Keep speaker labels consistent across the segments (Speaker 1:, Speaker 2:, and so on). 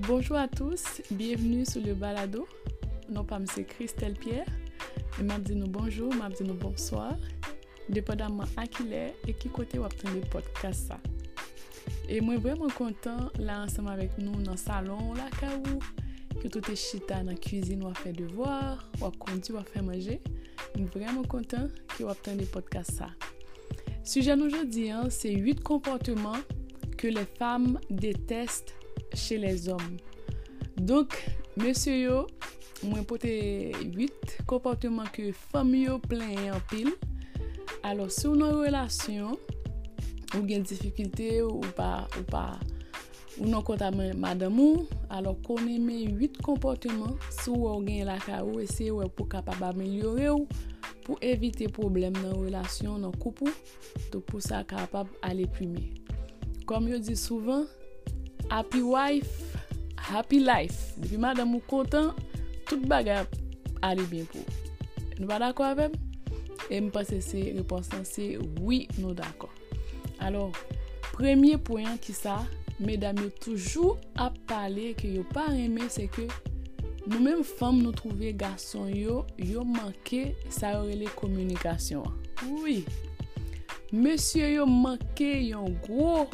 Speaker 1: Bonjour à tous, bienvenue sur le balado. Non pas c'est Christelle Pierre. Et m'a dit nous bonjour, m'a dit nous bonsoir. Dépendamment à qui l'est et qui côté vous attendez le podcast ça. Et moi vraiment content là ensemble avec nous dans le salon là kaou que tout est chita dans la cuisine ou faire devoir, ou conduire ou faire manger. Je suis vraiment content que vous attendez le podcast ça. Sujet aujourd'hui c'est 8 comportements que les femmes détestent chez les hommes. Donc, monsieur yo, moi pote 8 comportements que femmes yo plein en pile. Alors, si on a une relation ou une difficulté ou non konta madame ou, alors connaît mes 8 comportements si ou gen la ka ou essayer pour capable améliorer ou pour éviter problème dans relation dans couple. Donc pour ça capable aller plus mieux. Comme je dis souvent, happy wife, happy life. Depuis madame ou content, toute bagarre aller bien pour. Nous pas d'accord avec? Et me pense c'est réponse c'est oui, nous d'accord. Alors, premier point qui ça, mesdames yo toujours à parler que yo pas aimé c'est que nous mêmes femmes nous trouver garçon yo manqué ça aurait les communications. Oui. Monsieur yo manqué un gros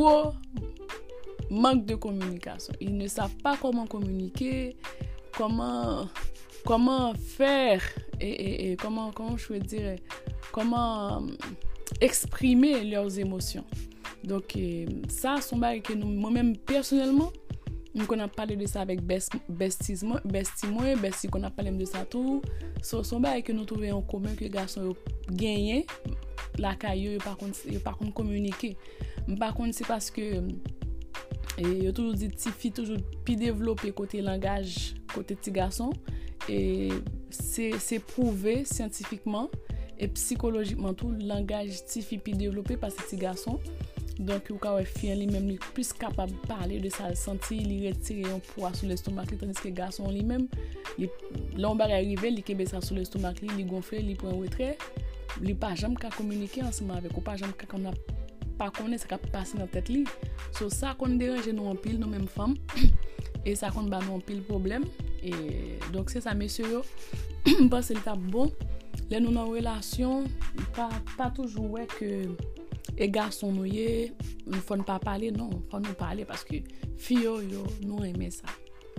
Speaker 1: manque de communication. Ils ne savent pas comment communiquer, comment faire et comment je veux dire comment exprimer leurs émotions. Donc ça sont bails que moi-même personnellement on a parlé de ça avec bestie qu'on a parlé de ça tout. Sont bails que nous trouvons en commun que les garçons gagné la caillou par contre communiquer. Par contre c'est parce que et toujours dit petite fille toujours plus développé côté langage côté petit garçon et c'est prouvé scientifiquement et psychologiquement tout le langage petit fille plus développé par ces petits garçons. Donc, quand fille lui-même plus capable de parler de ça, sentir, il retire un poids sur l'estomac, tandis que le garçon lui-même, l'ombre arrive, il kebe ça sur l'estomac, il gonfle, il prend un retrait, il pas jamais qu'à communiquer ensemble avec, ou pas jamais qu'à pas connaître ce qui passe dans tête li. So ça qu'on dérange nous en pile nous mêmes femmes et ça qu'on ba nous en pile problème et donc c'est ça messieurs yo pense c'est bon les nous dans relation pas toujours ouais que et garçon nous y faut ne pas parler non faut nous parler parce que filles yo nous aimer ça.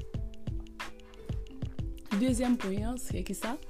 Speaker 1: Deuxième point c'est que ça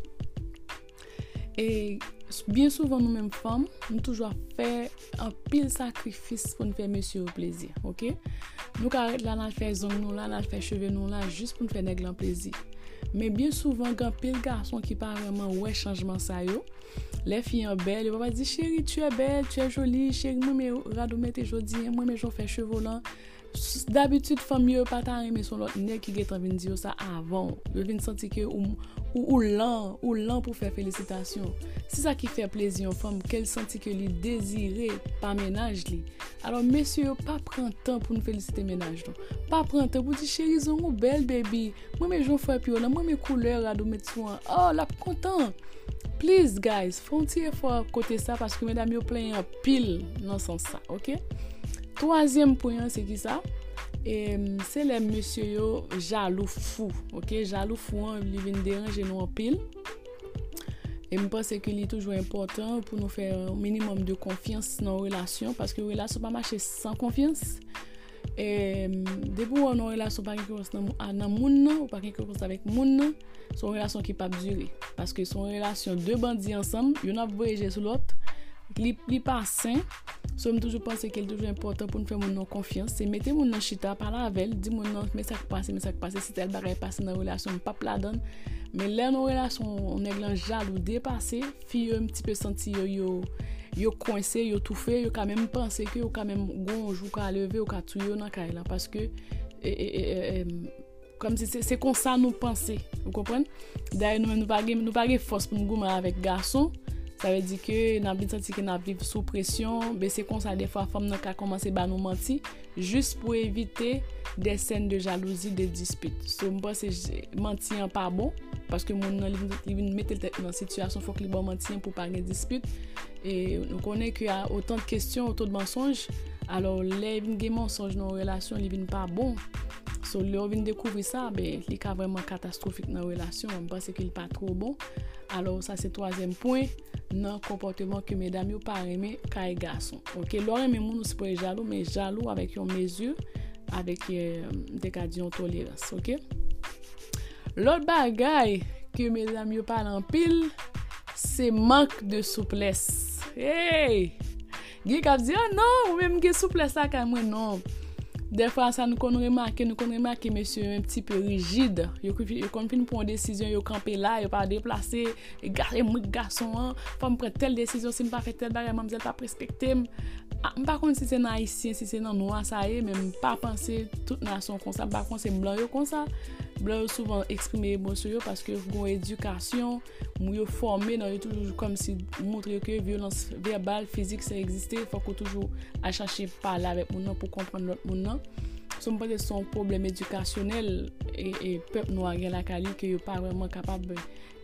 Speaker 1: et bien souvent nous mêmes femmes nous toujours fait un pile sacrifice pour nous faire monsieur plaisir, OK? Nous arrête là dans faire zone nous là faire cheveux nous là juste pour nous faire nèg plaisir. Mais bien souvent quand pile garçon qui pas vraiment ouais changement ça yo, les filles en belle, ils vont dire chérie, tu es belle, tu es jolie, chérie, moi mais rado mette jodi, moi mais j'en fais cheveux là. D'habitude femme yo pas ta aimer son l'autre nèg qui get en venir dire ça avant. Yo vinn sentir que ou lent pour faire félicitations. C'est ça qui fait plaisir aux femmes qu'elle sentit que li désiré par ménage li. Alors messieurs, pas prendre temps pour nous féliciter ménage non. Pas prendre temps pour dire chérie, zon belle baby. Moi mais j'en fais puis là, moi mes couleurs à do mettre soin. Oh, la content. Please guys, frontier faut côté ça parce que mesdames yo plein en pile dans sens ça, OK? Troisième point c'est qui ça? Et c'est les monsieur yo jaloux fou, OK? Jaloux fou, ils viennent déranger nous en pile. Et je pense que c'est toujours important pour nous faire un minimum de confiance dans la relation parce que la relation pas marcher sans confiance. Et depuis on a une relation pas quelque chose dans moun ou pas quelque chose avec moun, c'est une relation qui pas durer parce que son relation deux bandits ensemble, il y en a voyager sur l'autre. Li pas sain. So me toujours penser qu'il est toujours important pour nous faire mon confiance, c'est mettre mon dans chita parler avec elle, dire mon non mais ça passe si tel bagage passe dans relation pas la donne. Mais là dans relation on est grand jaloux dépassé, fille un petit peu senti yo coincé, yo tout fait, yo quand même penser que yo quand même gon jour ka lever ou ka tout yo dans caille là parce que comme si c'est comme ça nous penser, vous comprenez? D'ailleurs nous pas force pour nous gommer avec garçon. Ça veut dire que n'a bien senti que n'a vivre sous pression, mais c'est comme ça des fois femme n'a qu'à commencer à nous mentir juste pour éviter des scènes de jalousie, des disputes. So moi c'est mentir pas bon parce que mon il mettre tête dans situation faut que les bon mentir pour pas de dispute et nous connaît qu'il y a autant de questions, autant de mensonges. Alors les mensonges dans relation, ils viennent pas bon. So, le vient découvrir ça, ben, il est vraiment catastrophique dans la relation. Je pense qu'il n'est pas trop bon. Alors, ça, c'est troisième point dans le comportement que mesdames n'ont pas aimé quand les garçons. Ok, l'autre, mais nous, c'est pas jaloux, mais jaloux avec une mesure, avec des cas de tolérance. Ok, l'autre bagaille que mesdames n'ont pas en pile, c'est manque de souplesse. Hey! Qui a dit, ah non, ou même que souplesse là, quand moi, non. Des fois, ça nous connaît remarqué, monsieur un petit peu rigide. Il qu'on fin pour une décision, il camper là, il pas déplacer, et garçon, faut me prendre telle décision, si me pas fait telle bagarre, mademoiselle pas respecter. Par contre, si c'est dans haïtien, si c'est dans noir, ça y est, même pas penser toute nation comme ça. Par contre, c'est blanc comme ça. Blanc souvent exprimer émotion parce que une éducation, nous formé dans toujours comme si montrer que violence verbale, physique ça existait, faut qu'on toujours à chercher parler avec mon pour comprendre l'autre monde. Son peut-être son problème éducationnel et peuple noir la Cali que yo pas vraiment capable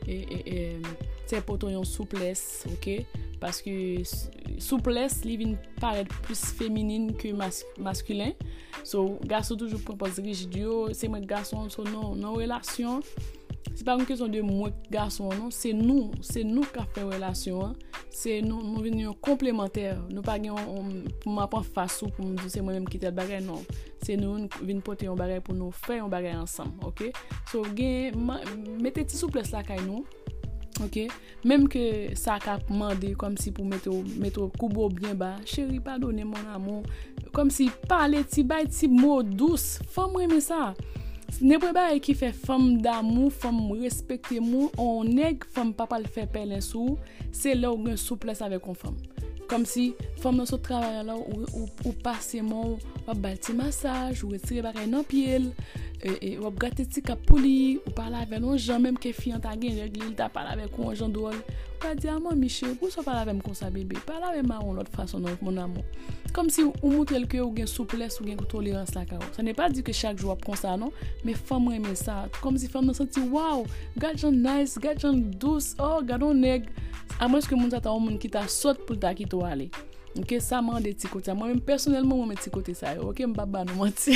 Speaker 1: c'est pour ton souplesse, OK? Parce que souplesse li vient paraître plus féminine que masculin. So garçon toujours propose rigide, c'est moi garçon so non relation. C'est pas une question de moi garçon non, c'est nous qui fait relation, hein. C'est nous venons complémentaires, nous pas pour m'apprendre face ou pour me dire c'est moi même qui tel bagarre non. C'est nous venons porter un bagarre pour nous faire un bagarre ensemble, OK? So mettez petit souplesse là kay nous. OK, même que ça a demandé comme si pour mettre coubo bien bas, chérie pardonnez mon amour, comme si parler petit mot douce, femme aimer ça. N'importe pas qui fait femme d'amour, femme respecter moi, on nèg femme papa le fait pelin sous, c'est là où une souplesse avec une femme. Comme si femme dans ce travail là ou passer mon ou balti massage ou retirer bagay dans pied et ou gâter petit cap poli ou parler avec un gens même que fille ta gen il t'a parler avec un gens drôle pas dire maman Michel pour ça parler avec comme ça bébé parler avec marron l'autre façon mon amour comme si ou montrer que ou gen souplesse ou gen tolérance là ça n'est pas dit que chaque jour comme ça non mais femme aimer ça comme si femme senti wow gars nice gars douce oh gars on nèg à moins que moun ta moun qui t'a saute pour ta qui to aller. OK, ça m'a des petits côtés. Moi même personnellement moi mes petits côtés ça. OK, m'pa ba nous mentir.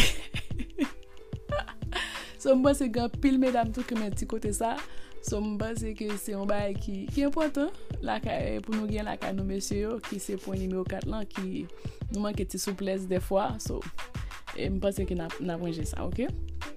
Speaker 1: So moi c'est grand pile mesdames tout que mes petits côtés ça. So moi c'est que c'est un bail qui est important là pour nous gagner là nous messieurs qui c'est point numéro 4 là qui nous manque de souplesse des fois. So et me pense que n'a rangé ça, OK?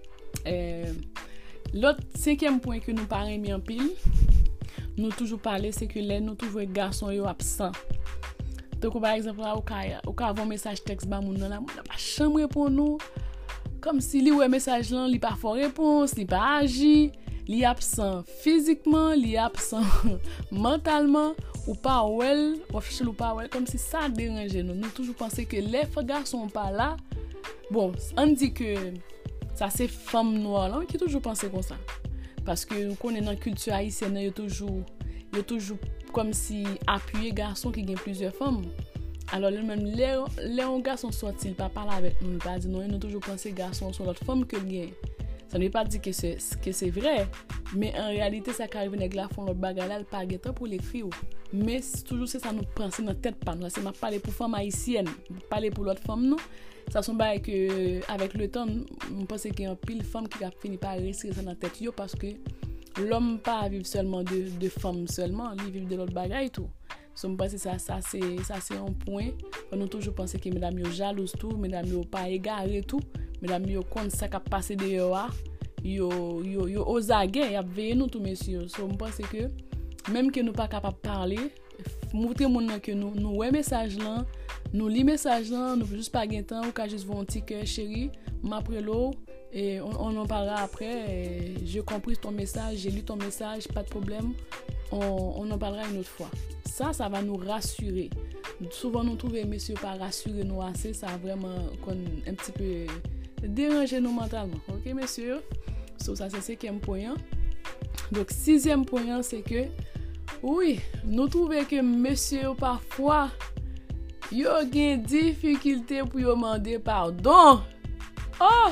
Speaker 1: L'autre cinquième point que nous parlons mis en pile nous toujours parler c'est que les nous toujours garçon yo absent. Donc par exemple là au cas avoir message texte ba moun nan la pas chambre pour nous comme si li ouais message là li pas fort réponse, li pas agi, li absent physiquement, li absent mentalement ou pas well, ou pas well comme si ça dérange nous toujours penser que les garçons pas là. Bon, on dit que ça c'est femme noire là qui toujours penser comme ça. Parce que nous connaissons dans la culture haïtienne, il y a toujours comme si appuyer garçon qui gagne plusieurs femmes. Alors même les garçons sortent-ils pas parler avec nous, pas dire non, ils ont toujours pensé garçon sur l'autre femme que gagne. Ça ne veut pas dire que c'est vrai, mais en réalité ça arrive nèg la font l'autre bagarre là pas guetter pour l'écrire. Mais toujours c'est ça nous penser dans tête pas nous, c'est m'a parler pour femme haïtienne, parler pour l'autre femme non. Ça sont bail que avec le temps on pense qu'il y a un pile femme qui a fini par rester ça dans tête yo parce que l'homme pas vivre seulement de femmes seulement, il vit de l'autre bagaille et tout. So me pense ça c'est un point. On a toujours pensé que mesdames yo jalouse tout, mesdames yo pas égaré tout, mesdames yo compte ça qui passer dehors, yo aux aguets, y a veillé nous tout messieurs. So me pense que même que nous pas capable parler, montrer mon que nous ouais message là, nous lit message là, nous juste pas gain temps ou ka juste voir un petit cœur chérie, m'après l'eau et on en parlera après. J'ai compris ton message, j'ai lu ton message, pas de problème. On en parlera une autre fois. Ça va nous rassurer. Souvent nous trouvons messieurs pas rassurer nous assez, ça a vraiment un petit peu dérangé nous mentalement. OK messieurs? So ça c'est cinquième point. Donc sixième point c'est que oui, nous trouvons que monsieur parfois yo gen difficulté pour yo demander pardon. Oh!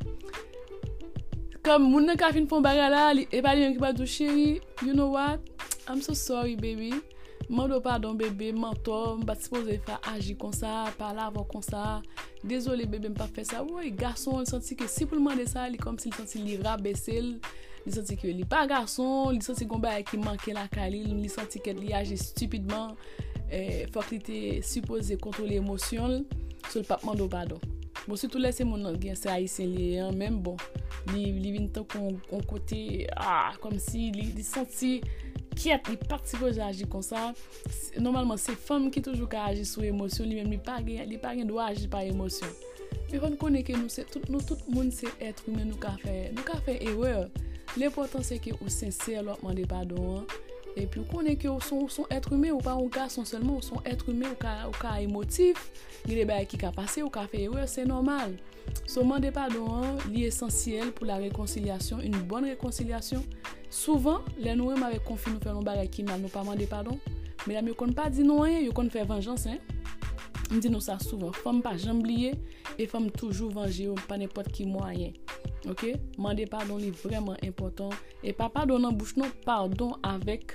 Speaker 1: Comme moun nan ka fin fon baga la et pas li qui pas dou chérie, you know what? I'm so sorry baby. Mando pardon bébé, mentor, m'pas supposé faire agir comme ça, parler avant comme ça. Désolé bébé, m'pas fait ça. Oui, garçon, il senti que si pour demander ça, il comme s'il senti li rabaisser, il senti que il pas garçon, il senti qu'on ba qui manquait la cali, il senti que il agit stupidement. Faut qu'il était supposé contrôler l'émotion, sur le pas mando pardon. Bon, surtout laisser mon nom, c'est haïtien li même bon. Li vient tant qu'on côté comme si il senti quiet, il pas supposé agir comme ça. Normalement c'est femme qui toujours agir sur émotion, lui même il pas doit agir par émotion. Mais on connaît que tout le monde c'est être humain, nous ka faire erreur. L'important c'est que ou sincère leur demander pardon. Et puis on connaît que sont être humain ou pas un garçon seulement, sont être humain ou ka émotif, il des bail qui ka passer ou ka faire erreur, c'est normal. Demander pardon, c'est essentiel pour la réconciliation, une bonne réconciliation. Souvent, les nous avec conflit nous faisons bagarre qui mal nous pas demander pardon, mais là nous connaît pas dit non rien, yo connaît faire vengeance hein. On dit nous ça souvent, femme pas jamais oublier et femme toujours venger pas n'importe qui moyen. OK? Demander pardon est vraiment important et pas pardon en bouche non, pardon avec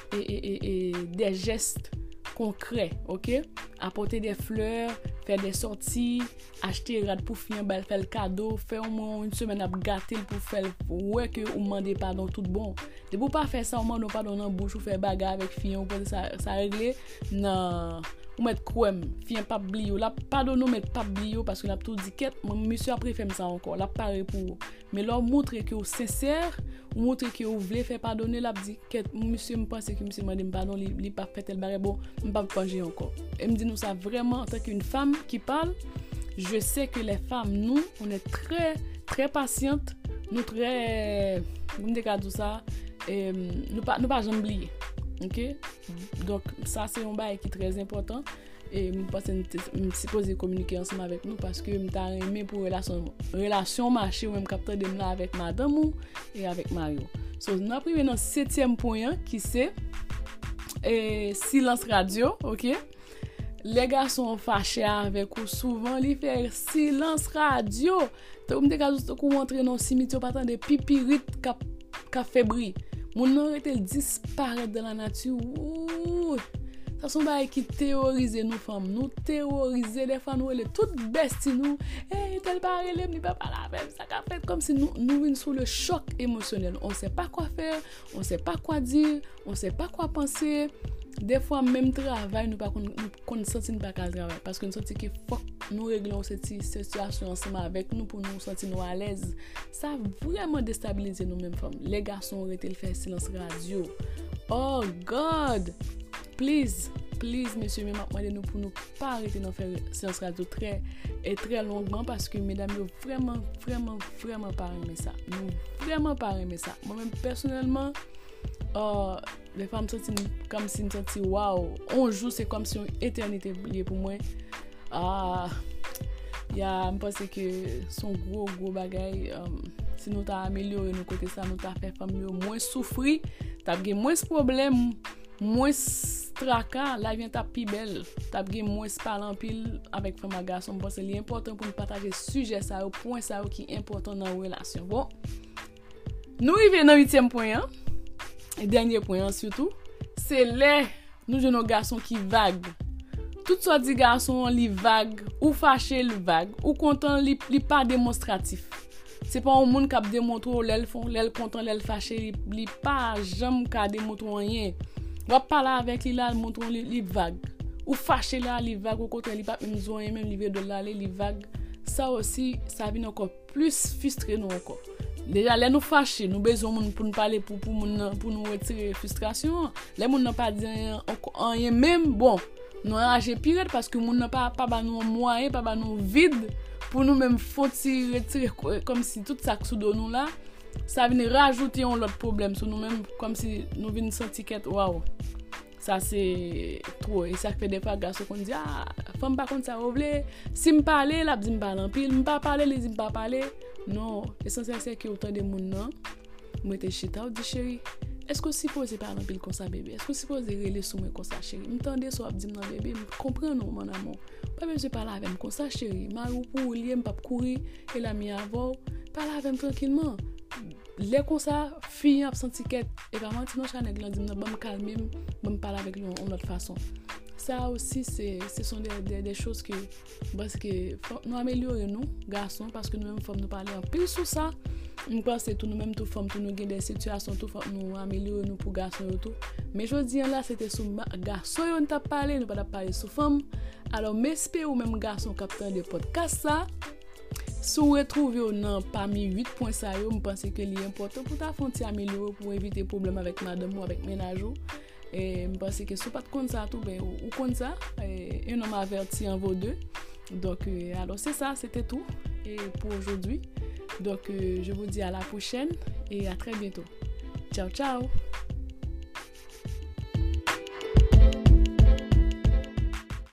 Speaker 1: des gestes concrets, OK? Apporter des fleurs, faire des sorties, acheter rad pour faire le cadeau, faire au moins une semaine à gâter pour faire ouais que ou demander pardon tout bon. De pour pas faire ça au moins non pardon en bouche ou faire bagarre avec fille ou ça régler non ou mettre crème fille pas oublier là pardon nous mettre pas oublier parce que l'a tout dit quête monsieur après faire ça encore là pareil pour mais leur montrer que vous sincère ou montrer que vous voulez faire pardonner l'a dit quête monsieur me pense que monsieur m'a dit pardon il pas fait tel bagarre bon me pas changer encore et me dit nous ça vraiment en tant qu'une femme qui parle je sais que les femmes nous on est très très patientes nous très comme des cas tout ça et nous pas jamais oublier. OK? Donc ça c'est un bail qui est très important et me pense me supposé communiquer ensemble avec nous parce que me t'a aimé pour relation marché ou même capteur de là avec madame ou et avec Mario. So nous arrivons dans 7e point qui c'est silence radio, OK? Les gars sont fâchés avec ou souvent ils font silence radio. Donc me cas qu'on rentrer dans cimetière pas tant de pipirite qu'a fait bruit. Mon aurait disparaître dans la nature. Ouh. Ça sont bail qui théoriser nous femmes, nous théoriser les femmes nous les toutes besties nous. Tel parler les pas la même ça qu'a fait comme si nous venons sous le choc émotionnel. On sait pas quoi faire, on sait pas quoi dire, on sait pas quoi penser. Des fois même travail nous pas qu'on sentit pas qu'à travail parce que nous sentit qu'il faut nous réglons cette situation ensemble avec nous pour nous sentir nous à l'aise. Ça vraiment déstabiliser nous mêmes femmes. Les garçons auraient été le faire silence radio. Oh God. Please monsieur même demandez nous pour nous pas arrêter d'en faire silence radio très longuement parce que mesdames vraiment pas aimer ça. Nous vraiment pas aimer ça. Moi même personnellement les femmes sentent comme si me senti waouh, un jour c'est comme si une éternité liée pour moi. Je pense que son gros bagaille si nous t'a amélioré nos côté ça nous t'a fait femme moins souffrir, t'as gagné moins problème, moins tracas, la vie t'a plus belle, t'as gagné moins parler en pile avec femme et garçon. Bon c'est important pour nous partager sujet ça au point ça qui est important dans la relation. Bon, nous arrivons dans 8e point hein? Et dernier point surtout, c'est nous jeunes garçons qui vaguent. Tout soit dit garçon li vague ou fâché le vague ou content li pas démonstratif. C'est pas un monde qui démontre l'elle content l'elle fâché li pas jamais ka démontrer rien. Va parler avec lui là montre li vague ou fâché là li vague ou content li pas même li veut de là li vague. Ça aussi ça vient encore plus frustrer nous encore. Déjà les nous fâcher nous besoin pour nous parler pour nous retirer frustration les monde n'a pas dire rien même bon nous enrager pire parce que monde n'a pas nous moyen pas nous vide pour nous même faut retirer comme si tout ça sous nous là ça vient rajouter un autre problème sur nous même comme si nous vinn sentir que waouh ça c'est trop et ça fait des fois garçon qu'on dit femme pas comme ça oublé si me parler là dit me parler en pile me pas parler les dit me pas parler. Non, l'essentiel c'est que autant de monde non, moi te chita ou dit chérie, est-ce que si posé par exemple comme ça bébé, est-ce que si posé reler sur moi comme ça chérie, m'tendez so dit non bébé, comprends non mon amour. Pas besoin parler avec moi comme ça chérie, ma ou pour lier me pas courir et la mi avant, parler avec tranquillement. les comme ça, fille a senti qu'elle et vraiment non chanel dit non me calmer, me parler avec lui en autre façon. Ça aussi ce sont des choses que parce que nous améliorer nous garçons parce que nous même femmes nous parler en plus sur ça. Nous pensons tout nous même tout femmes tout nous gain des situations tout nous améliorer nous pour garçons et tout. Mais je dis là c'était sur garçon on t'a parlé nous pas parler sur femme. Alors m'espère ou même garçon capteur de podcast ça. Si vous retrouvez parmi 8 points ça, je pense que c'est important pour ta fonction améliorer pour éviter problème avec madame ou avec ménage. Et je pense que si vous pas comme ça tout ben ou comme ça et on m'a averti en vos deux. Donc alors c'est ça, c'était tout et pour aujourd'hui. Donc je vous dis à la prochaine et à très bientôt. Ciao ciao.